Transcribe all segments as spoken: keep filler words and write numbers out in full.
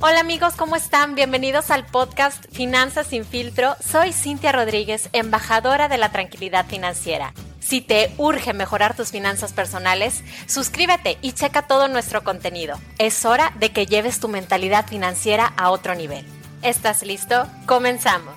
Hola amigos, ¿cómo están? Bienvenidos al podcast Finanzas sin Filtro. Soy Cintia Rodríguez, embajadora de la tranquilidad financiera. Si te urge mejorar tus finanzas personales, suscríbete y checa todo nuestro contenido. Es hora de que lleves tu mentalidad financiera a otro nivel. ¿Estás listo? ¡Comenzamos!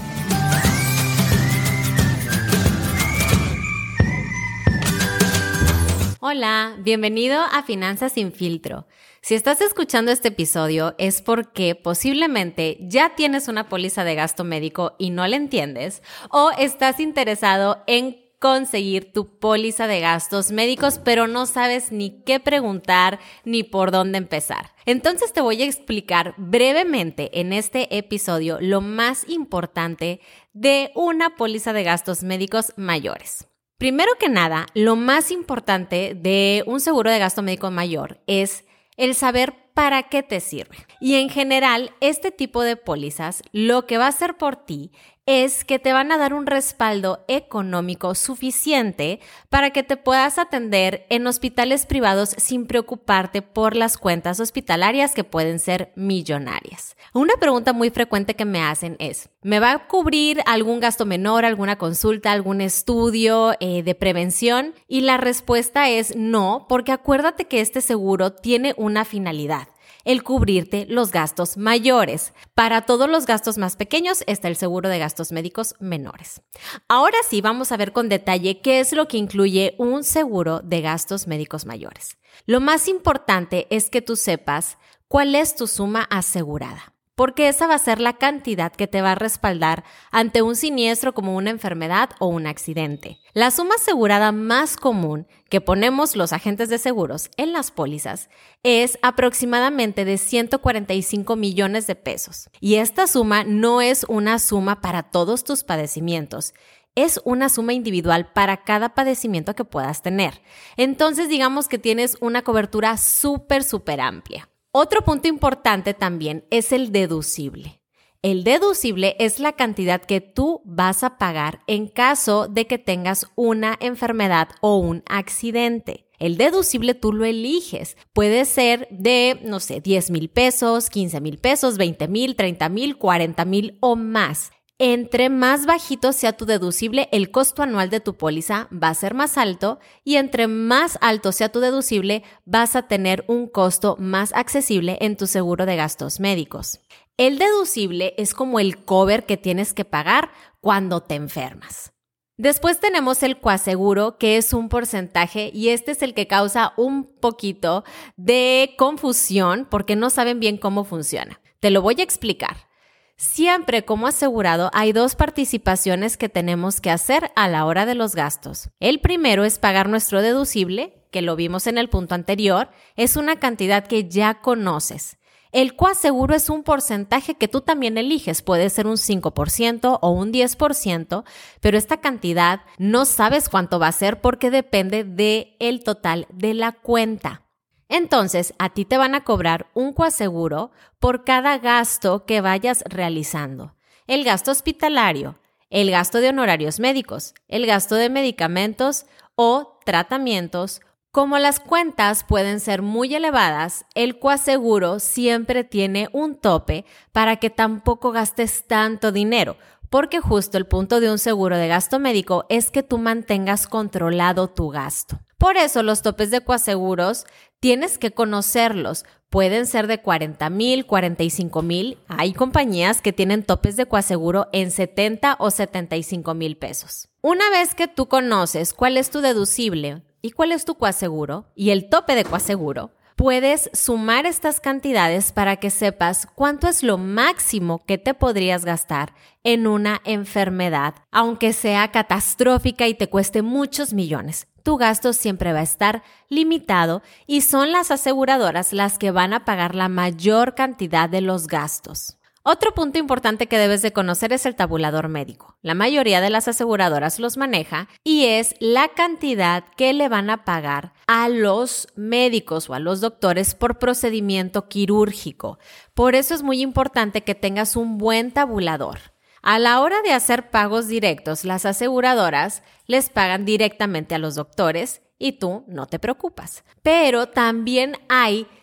Hola, bienvenido a Finanzas sin Filtro. Si estás escuchando este episodio es porque posiblemente ya tienes una póliza de gasto médico y no la entiendes, o estás interesado en conseguir tu póliza de gastos médicos, pero no sabes ni qué preguntar ni por dónde empezar. Entonces te voy a explicar brevemente en este episodio lo más importante de una póliza de gastos médicos mayores. Primero que nada, lo más importante de un seguro de gasto médico mayor es el saber para qué te sirve. Y en general, este tipo de pólizas lo que va a hacer por ti es que te van a dar un respaldo económico suficiente para que te puedas atender en hospitales privados sin preocuparte por las cuentas hospitalarias que pueden ser millonarias. Una pregunta muy frecuente que me hacen es, ¿me va a cubrir algún gasto menor, alguna consulta, algún estudio eh, de prevención? Y la respuesta es no, porque acuérdate que este seguro tiene una finalidad. El cubrirte los gastos mayores. Para todos los gastos más pequeños está el seguro de gastos médicos menores. Ahora sí, vamos a ver con detalle qué es lo que incluye un seguro de gastos médicos mayores. Lo más importante es que tú sepas cuál es tu suma asegurada, porque esa va a ser la cantidad que te va a respaldar ante un siniestro como una enfermedad o un accidente. La suma asegurada más común que ponemos los agentes de seguros en las pólizas es aproximadamente de ciento cuarenta y cinco millones de pesos. Y esta suma no es una suma para todos tus padecimientos. Es una suma individual para cada padecimiento que puedas tener. Entonces digamos que tienes una cobertura súper, súper amplia. Otro punto importante también es el deducible. El deducible es la cantidad que tú vas a pagar en caso de que tengas una enfermedad o un accidente. El deducible tú lo eliges. Puede ser de, no sé, diez mil pesos, quince mil pesos, veinte mil, treinta mil, cuarenta mil o más. Entre más bajito sea tu deducible, el costo anual de tu póliza va a ser más alto y entre más alto sea tu deducible, vas a tener un costo más accesible en tu seguro de gastos médicos. El deducible es como el cover que tienes que pagar cuando te enfermas. Después tenemos el coaseguro, que es un porcentaje y este es el que causa un poquito de confusión porque no saben bien cómo funciona. Te lo voy a explicar. Siempre como asegurado hay dos participaciones que tenemos que hacer a la hora de los gastos. El primero es pagar nuestro deducible, que lo vimos en el punto anterior, es una cantidad que ya conoces. El coaseguro es un porcentaje que tú también eliges, puede ser un cinco por ciento o un diez por ciento, pero esta cantidad no sabes cuánto va a ser porque depende del total de la cuenta. Entonces, a ti te van a cobrar un coaseguro por cada gasto que vayas realizando. El gasto hospitalario, el gasto de honorarios médicos, el gasto de medicamentos o tratamientos. Como las cuentas pueden ser muy elevadas, el coaseguro siempre tiene un tope para que tampoco gastes tanto dinero, porque justo el punto de un seguro de gasto médico es que tú mantengas controlado tu gasto. Por eso los topes de coaseguros tienes que conocerlos. Pueden ser de cuarenta mil, cuarenta y cinco mil. Hay compañías que tienen topes de coaseguro en setenta o setenta y cinco mil pesos. Una vez que tú conoces cuál es tu deducible y cuál es tu coaseguro y el tope de coaseguro, puedes sumar estas cantidades para que sepas cuánto es lo máximo que te podrías gastar en una enfermedad, aunque sea catastrófica y te cueste muchos millones. Tu gasto siempre va a estar limitado y son las aseguradoras las que van a pagar la mayor cantidad de los gastos. Otro punto importante que debes de conocer es el tabulador médico. La mayoría de las aseguradoras los maneja y es la cantidad que le van a pagar a los médicos o a los doctores por procedimiento quirúrgico. Por eso es muy importante que tengas un buen tabulador. A la hora de hacer pagos directos, las aseguradoras les pagan directamente a los doctores y tú no te preocupas. Pero también hay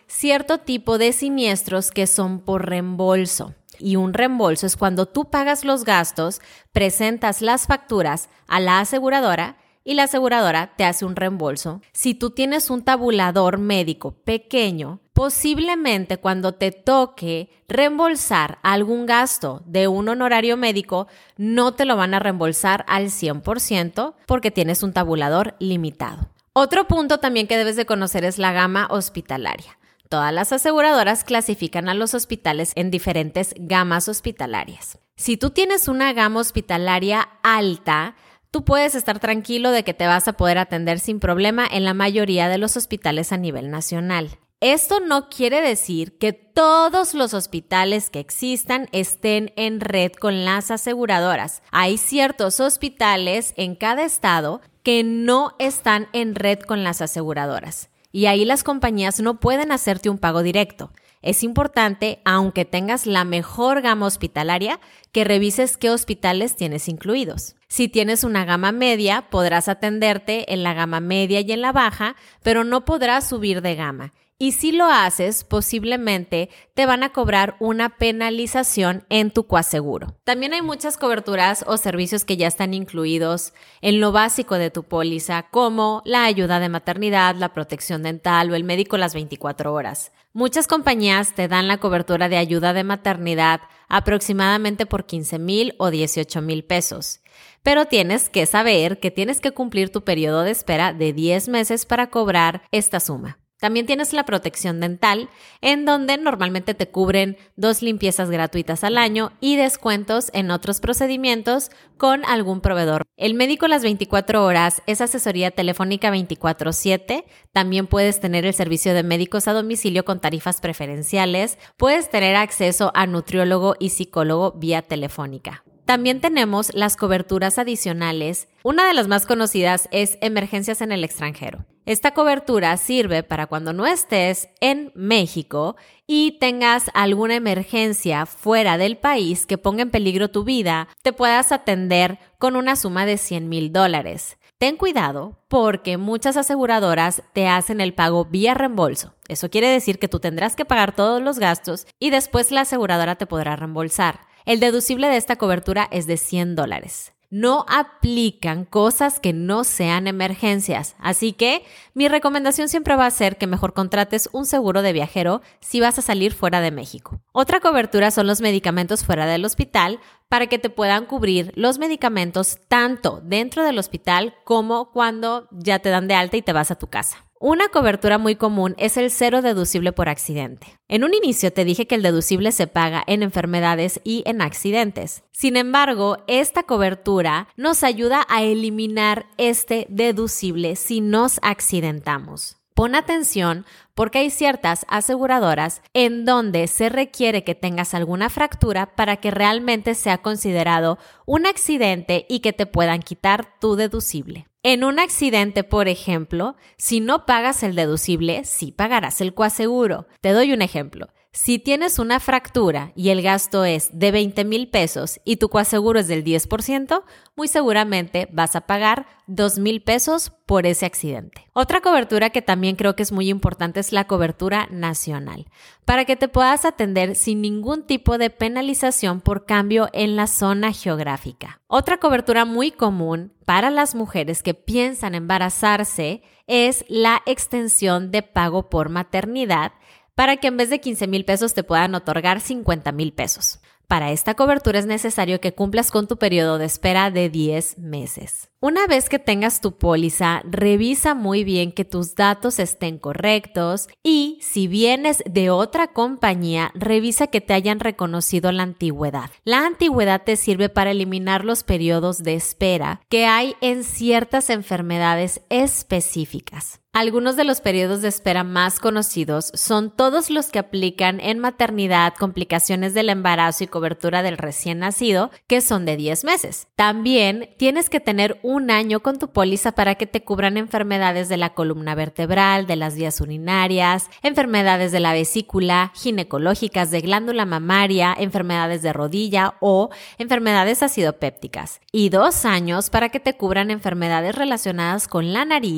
cierto tipo de siniestros que son por reembolso. Y un reembolso es cuando tú pagas los gastos, presentas las facturas a la aseguradora y la aseguradora te hace un reembolso. Si tú tienes un tabulador médico pequeño, posiblemente cuando te toque reembolsar algún gasto de un honorario médico, no te lo van a reembolsar al cien por ciento porque tienes un tabulador limitado. Otro punto también que debes de conocer es la gama hospitalaria. Todas las aseguradoras clasifican a los hospitales en diferentes gamas hospitalarias. Si tú tienes una gama hospitalaria alta, tú puedes estar tranquilo de que te vas a poder atender sin problema en la mayoría de los hospitales a nivel nacional. Esto no quiere decir que todos los hospitales que existan estén en red con las aseguradoras. Hay ciertos hospitales en cada estado que no están en red con las aseguradoras. Y ahí las compañías no pueden hacerte un pago directo. Es importante, aunque tengas la mejor gama hospitalaria, que revises qué hospitales tienes incluidos. Si tienes una gama media, podrás atenderte en la gama media y en la baja, pero no podrás subir de gama. Y si lo haces, posiblemente te van a cobrar una penalización en tu coaseguro. También hay muchas coberturas o servicios que ya están incluidos en lo básico de tu póliza, como la ayuda de maternidad, la protección dental o el médico las veinticuatro horas. Muchas compañías te dan la cobertura de ayuda de maternidad aproximadamente por quince mil o dieciocho mil pesos. Pero tienes que saber que tienes que cumplir tu periodo de espera de diez meses para cobrar esta suma. También tienes la protección dental, en donde normalmente te cubren dos limpiezas gratuitas al año y descuentos en otros procedimientos con algún proveedor. El médico las veinticuatro horas es asesoría telefónica veinticuatro siete. También puedes tener el servicio de médicos a domicilio con tarifas preferenciales. Puedes tener acceso a nutriólogo y psicólogo vía telefónica. También tenemos las coberturas adicionales. Una de las más conocidas es emergencias en el extranjero. Esta cobertura sirve para cuando no estés en México y tengas alguna emergencia fuera del país que ponga en peligro tu vida, te puedas atender con una suma de cien mil dólares. Ten cuidado porque muchas aseguradoras te hacen el pago vía reembolso. Eso quiere decir que tú tendrás que pagar todos los gastos y después la aseguradora te podrá reembolsar. El deducible de esta cobertura es de cien dólares. No aplican cosas que no sean emergencias, así que mi recomendación siempre va a ser que mejor contrates un seguro de viajero si vas a salir fuera de México. Otra cobertura son los medicamentos fuera del hospital para que te puedan cubrir los medicamentos tanto dentro del hospital como cuando ya te dan de alta y te vas a tu casa. Una cobertura muy común es el cero deducible por accidente. En un inicio te dije que el deducible se paga en enfermedades y en accidentes. Sin embargo, esta cobertura nos ayuda a eliminar este deducible si nos accidentamos. Pon atención porque hay ciertas aseguradoras en donde se requiere que tengas alguna fractura para que realmente sea considerado un accidente y que te puedan quitar tu deducible. En un accidente, por ejemplo, si no pagas el deducible, sí pagarás el coaseguro. Te doy un ejemplo. Si tienes una fractura y el gasto es de veinte mil pesos y tu coaseguro es del diez por ciento, muy seguramente vas a pagar dos mil pesos por ese accidente. Otra cobertura que también creo que es muy importante es la cobertura nacional, para que te puedas atender sin ningún tipo de penalización por cambio en la zona geográfica. Otra cobertura muy común para las mujeres que piensan embarazarse es la extensión de pago por maternidad, para que en vez de quince mil pesos te puedan otorgar cincuenta mil pesos. Para esta cobertura es necesario que cumplas con tu periodo de espera de diez meses. Una vez que tengas tu póliza, revisa muy bien que tus datos estén correctos y si vienes de otra compañía, revisa que te hayan reconocido la antigüedad. La antigüedad te sirve para eliminar los periodos de espera que hay en ciertas enfermedades específicas. Algunos de los periodos de espera más conocidos son todos los que aplican en maternidad, complicaciones del embarazo y cobertura del recién nacido, que son de diez meses. También tienes que tener un año con tu póliza para que te cubran enfermedades de la columna vertebral, de las vías urinarias, enfermedades de la vesícula, ginecológicas de glándula mamaria, enfermedades de rodilla o enfermedades acidopépticas. Y dos años para que te cubran enfermedades relacionadas con la nariz,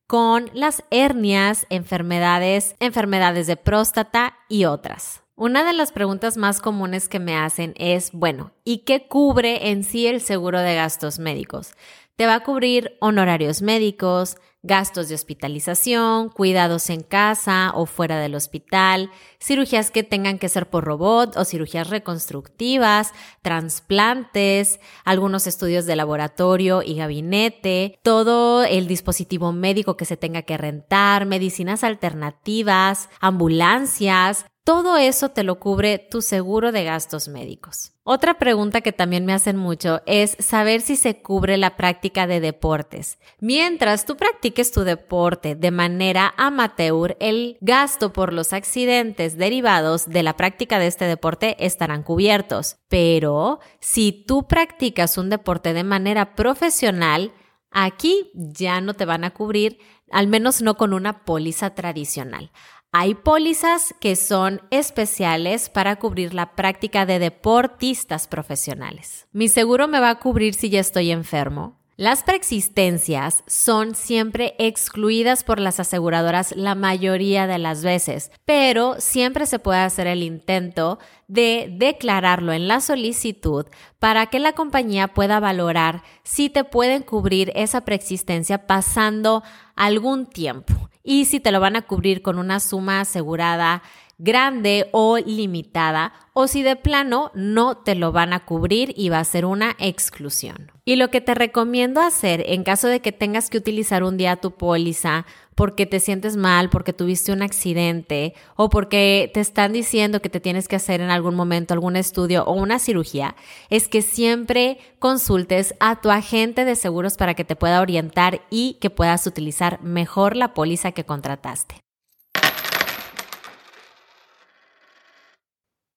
con las hernias, enfermedades, enfermedades de próstata y otras. Una de las preguntas más comunes que me hacen es, bueno, ¿y qué cubre en sí el seguro de gastos médicos? Te va a cubrir honorarios médicos, gastos de hospitalización, cuidados en casa o fuera del hospital, cirugías que tengan que ser por robot o cirugías reconstructivas, trasplantes, algunos estudios de laboratorio y gabinete, todo el dispositivo médico que se tenga que rentar, medicinas alternativas, ambulancias. Todo eso te lo cubre tu seguro de gastos médicos. Otra pregunta que también me hacen mucho es saber si se cubre la práctica de deportes. Mientras tú practiques tu deporte de manera amateur, el gasto por los accidentes derivados de la práctica de este deporte estarán cubiertos. Pero si tú practicas un deporte de manera profesional, aquí ya no te van a cubrir, al menos no con una póliza tradicional. Hay pólizas que son especiales para cubrir la práctica de deportistas profesionales. Mi seguro me va a cubrir si ya estoy enfermo. Las preexistencias son siempre excluidas por las aseguradoras la mayoría de las veces, pero siempre se puede hacer el intento de declararlo en la solicitud para que la compañía pueda valorar si te pueden cubrir esa preexistencia pasando algún tiempo y si te lo van a cubrir con una suma asegurada grande o limitada, o si de plano no te lo van a cubrir y va a ser una exclusión. Y lo que te recomiendo hacer en caso de que tengas que utilizar un día tu póliza porque te sientes mal, porque tuviste un accidente o porque te están diciendo que te tienes que hacer en algún momento algún estudio o una cirugía, es que siempre consultes a tu agente de seguros para que te pueda orientar y que puedas utilizar mejor la póliza que contrataste.